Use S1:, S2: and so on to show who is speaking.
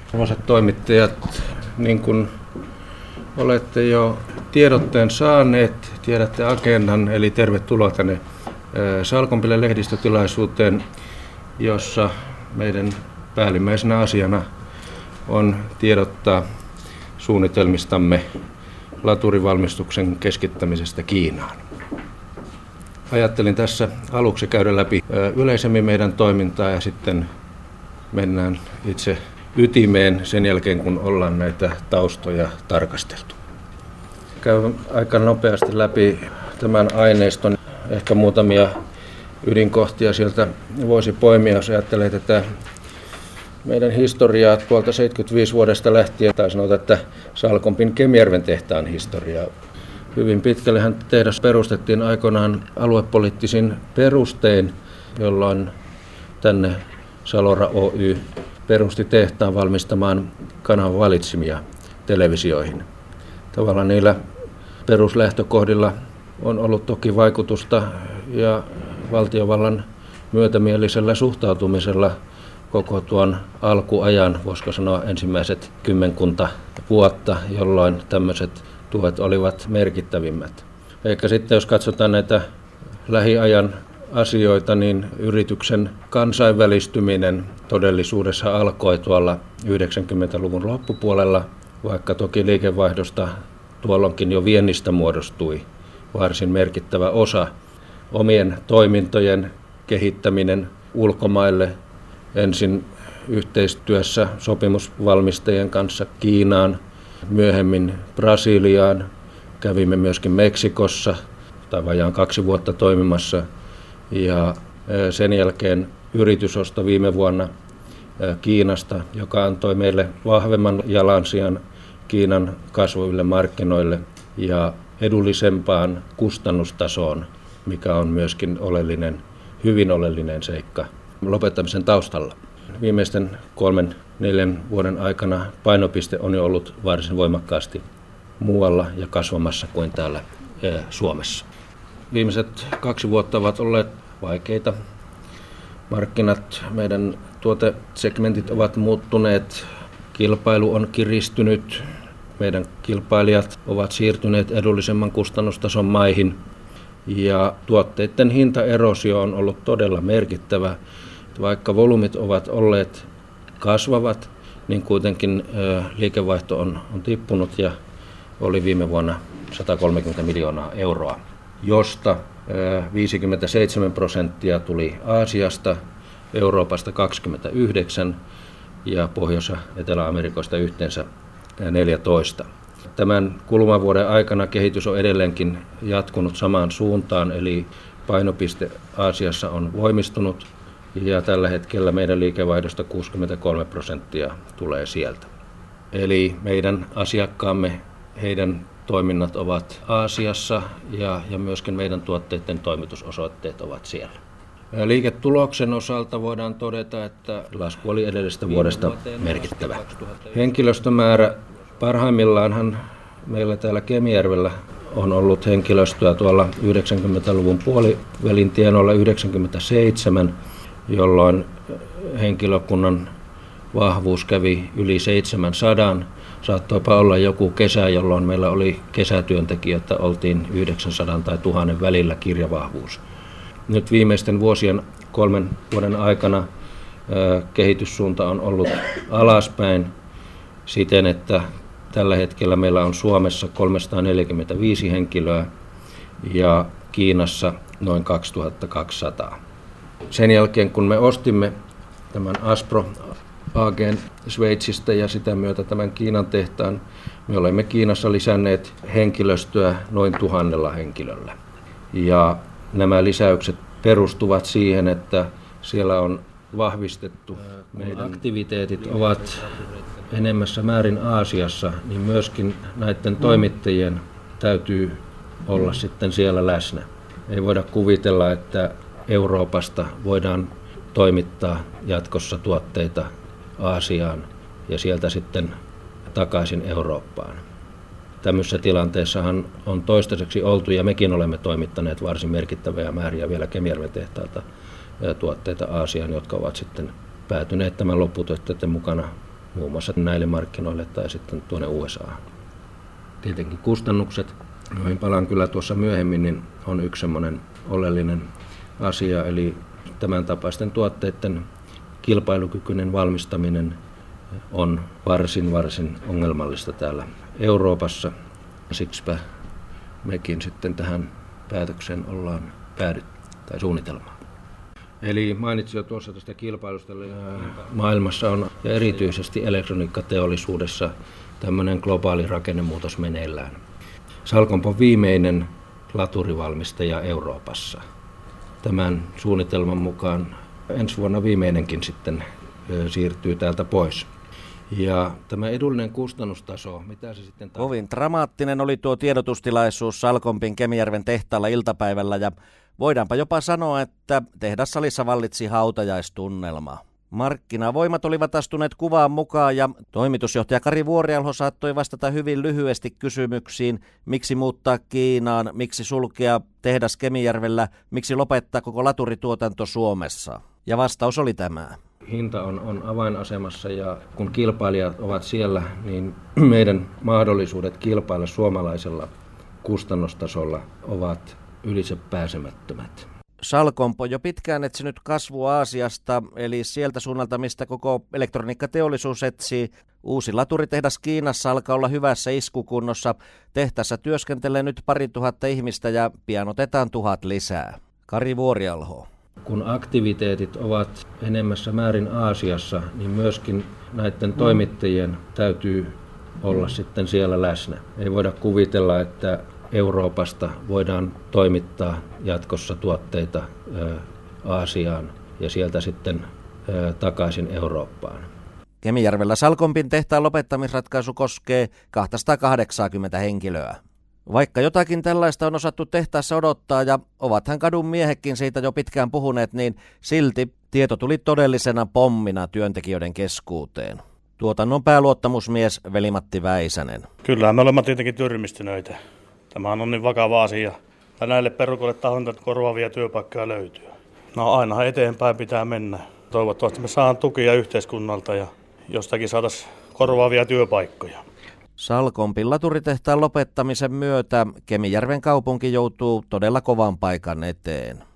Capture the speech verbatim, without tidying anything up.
S1: Arvoisat toimittajat, niin kuin olette jo tiedotteen saaneet, tiedätte agendan, eli tervetuloa tänne Salkonpillen lehdistötilaisuuteen, jossa meidän päällimmäisenä asiana on tiedottaa suunnitelmistamme laturivalmistuksen keskittämisestä Kiinaan. Ajattelin tässä aluksi käydä läpi yleisemmin meidän toimintaa ja sitten mennään itse ytimeen sen jälkeen, kun ollaan näitä taustoja tarkasteltu. Käyn aika nopeasti läpi tämän aineiston. Ehkä muutamia ydinkohtia sieltä voisi poimia, jos ajattelee tätä meidän historiaa tuolta seitsemänkymmentäviisi vuodesta lähtien, tai sanotaan, että Salkonpin Kemijärven tehtaan historiaa. Hyvin pitkällehän tehdas perustettiin aikoinaan aluepoliittisin perustein, jolloin tänne Salora Oy perusti tehtaan valmistamaan kanavavalitsimia televisioihin. Tavallaan niillä peruslähtökohdilla on ollut toki vaikutusta ja valtiovallan myötämielisellä suhtautumisella koko tuon alkuajan, voisiko sanoa ensimmäiset kymmenkunta vuotta, jolloin tämmöiset tuet olivat merkittävimmät. Eikä sitten jos katsotaan näitä lähiajan asioita, niin yrityksen kansainvälistyminen todellisuudessa alkoi tuolla yhdeksänkymmentäluvun loppupuolella, vaikka toki liikevaihdosta tuolloinkin jo viennistä muodostui varsin merkittävä osa. Omien toimintojen kehittäminen ulkomaille, ensin yhteistyössä sopimusvalmistajien kanssa Kiinaan, myöhemmin Brasiliaan, kävimme myöskin Meksikossa tai vajaan kaksi vuotta toimimassa ja sen jälkeen yritysosto viime vuonna Kiinasta, joka antoi meille vahvemman jalansijan Kiinan kasvaville markkinoille ja edullisempaan kustannustasoon, mikä on myöskin oleellinen, hyvin oleellinen seikka lopettamisen taustalla. Viimeisten kolmen, neljän vuoden aikana painopiste on jo ollut varsin voimakkaasti muualla ja kasvamassa kuin täällä Suomessa. Viimeiset kaksi vuotta ovat olleet vaikeita. Markkinat, meidän tuotesegmentit ovat muuttuneet, kilpailu on kiristynyt, meidän kilpailijat ovat siirtyneet edullisemman kustannustason maihin ja tuotteiden hintaerosio on ollut todella merkittävä. Vaikka volyymit ovat olleet kasvavat, niin kuitenkin liikevaihto on, on tippunut ja oli viime vuonna sata kolmekymmentä miljoonaa euroa, josta viisikymmentäseitsemän prosenttia tuli Aasiasta, Euroopasta kaksikymmentäyhdeksän ja Pohjois- ja Etelä-Amerikoista yhteensä neljätoista. Tämän kuluvan vuoden aikana kehitys on edelleenkin jatkunut samaan suuntaan, eli painopiste Aasiassa on voimistunut ja tällä hetkellä meidän liikevaihdosta kuusikymmentäkolme prosenttia tulee sieltä. Eli meidän asiakkaamme, heidän toiminnat ovat Aasiassa ja, ja myöskin meidän tuotteiden toimitusosoitteet ovat siellä. Liiketuloksen osalta voidaan todeta, että lasku oli edellisestä vuodesta merkittävä. Henkilöstömäärä parhaimmillaanhan meillä täällä Kemijärvellä on ollut henkilöstöä tuolla yhdeksänkymmentäluvun puolivälin tienoilla yhdeksänkymmentäseitsemän, jolloin henkilökunnan vahvuus kävi yli seitsemänsataa. Saattoipa olla joku kesä, jolloin meillä oli kesätyöntekijöitä, oltiin yhdeksänsadan tai tuhannen välillä kirjavahvuus. Nyt viimeisten vuosien kolmen vuoden aikana kehityssuunta on ollut alaspäin siten, että tällä hetkellä meillä on Suomessa kolmesataaneljäkymmentäviisi henkilöä ja Kiinassa noin kaksituhattakaksisataa. Sen jälkeen kun me ostimme tämän Aspro A G:n Sveitsistä ja sitä myötä tämän Kiinan tehtaan, me olemme Kiinassa lisänneet henkilöstöä noin tuhannella henkilöllä. Ja nämä lisäykset perustuvat siihen, että siellä on vahvistettu. Meidän aktiviteetit ovat enemmässä määrin Aasiassa, niin myöskin näiden toimittajien täytyy olla sitten siellä läsnä. Ei voida kuvitella, että Euroopasta voidaan toimittaa jatkossa tuotteita Aasiaan ja sieltä sitten takaisin Eurooppaan. Tämmöisessä tilanteessahan on toistaiseksi oltu ja mekin olemme toimittaneet varsin merkittäviä määriä vielä Kemijärven tehtaalta tuotteita Aasiaan, jotka ovat sitten päätyneet tämän lopputuotteiden mukana muun muassa näille markkinoille tai sitten tuonne U S A:han. Tietenkin kustannukset, joihin palaan kyllä tuossa myöhemmin, niin on yksi semmoinen oleellinen asia, eli tämän tapaisten tuotteiden kilpailukykyinen valmistaminen on varsin, varsin ongelmallista täällä Euroopassa. Siksipä mekin sitten tähän päätökseen ollaan päädytty tai suunnitelmaan. Eli mainitsin jo tuossa tästä kilpailusta. Maailmassa on ja erityisesti elektroniikkateollisuudessa tämmöinen globaali rakennemuutos meneillään. Salcomp on viimeinen laturivalmistaja Euroopassa. Tämän suunnitelman mukaan ensi vuonna viimeinenkin sitten siirtyy täältä pois. Ja tämä edullinen kustannustaso, mitä se sitten...
S2: Kovin dramaattinen oli tuo tiedotustilaisuus Salcompin Kemijärven tehtaalla iltapäivällä ja voidaanpa jopa sanoa, että tehdassalissa vallitsi hautajaistunnelma. Markkinavoimat olivat astuneet kuvaan mukaan ja toimitusjohtaja Kari Vuorialho saattoi vastata hyvin lyhyesti kysymyksiin, miksi muuttaa Kiinaan, miksi sulkea tehdas Kemijärvellä, miksi lopettaa koko laturituotanto Suomessa. Ja vastaus oli tämä.
S1: Hinta on, on avainasemassa ja kun kilpailijat ovat siellä, niin meidän mahdollisuudet kilpailla suomalaisella kustannustasolla ovat ylitse pääsemättömät.
S2: Salcomp on jo pitkään etsinyt kasvua Aasiasta, eli sieltä suunnalta, mistä koko elektroniikkateollisuus etsii. Uusi laturitehdas Kiinassa alkaa olla hyvässä iskukunnossa. Tehtaassa työskentelee nyt pari tuhatta ihmistä ja pian otetaan tuhat lisää. Kari Vuorialho.
S1: Kun aktiviteetit ovat enemmässä määrin Aasiassa, niin myöskin näiden toimittajien täytyy olla sitten siellä läsnä. Ei voida kuvitella, että Euroopasta voidaan toimittaa jatkossa tuotteita Aasiaan ja sieltä sitten takaisin Eurooppaan.
S2: Kemijärvellä Salcompin tehtaan lopettamisratkaisu koskee kaksisataakahdeksankymmentä henkilöä. Vaikka jotakin tällaista on osattu tehtaassa odottaa ja ovathan kadun miehekin siitä jo pitkään puhuneet, niin silti tieto tuli todellisena pommina työntekijöiden keskuuteen. Tuotannon pääluottamusmies Veli-Matti Väisänen.
S3: Kyllä, me olemme tietenkin tyrmistyneitä. Tämä on niin vakava asia. Ja näille perukoille tahonta korvaavia työpaikkoja löytyy. No aina eteenpäin pitää mennä. Toivottavasti me saadaan tukia yhteiskunnalta ja jostakin saataisiin korvaavia työpaikkoja.
S2: Salcompin laturitehtaan lopettamisen myötä Kemijärven kaupunki joutuu todella kovan paikan eteen.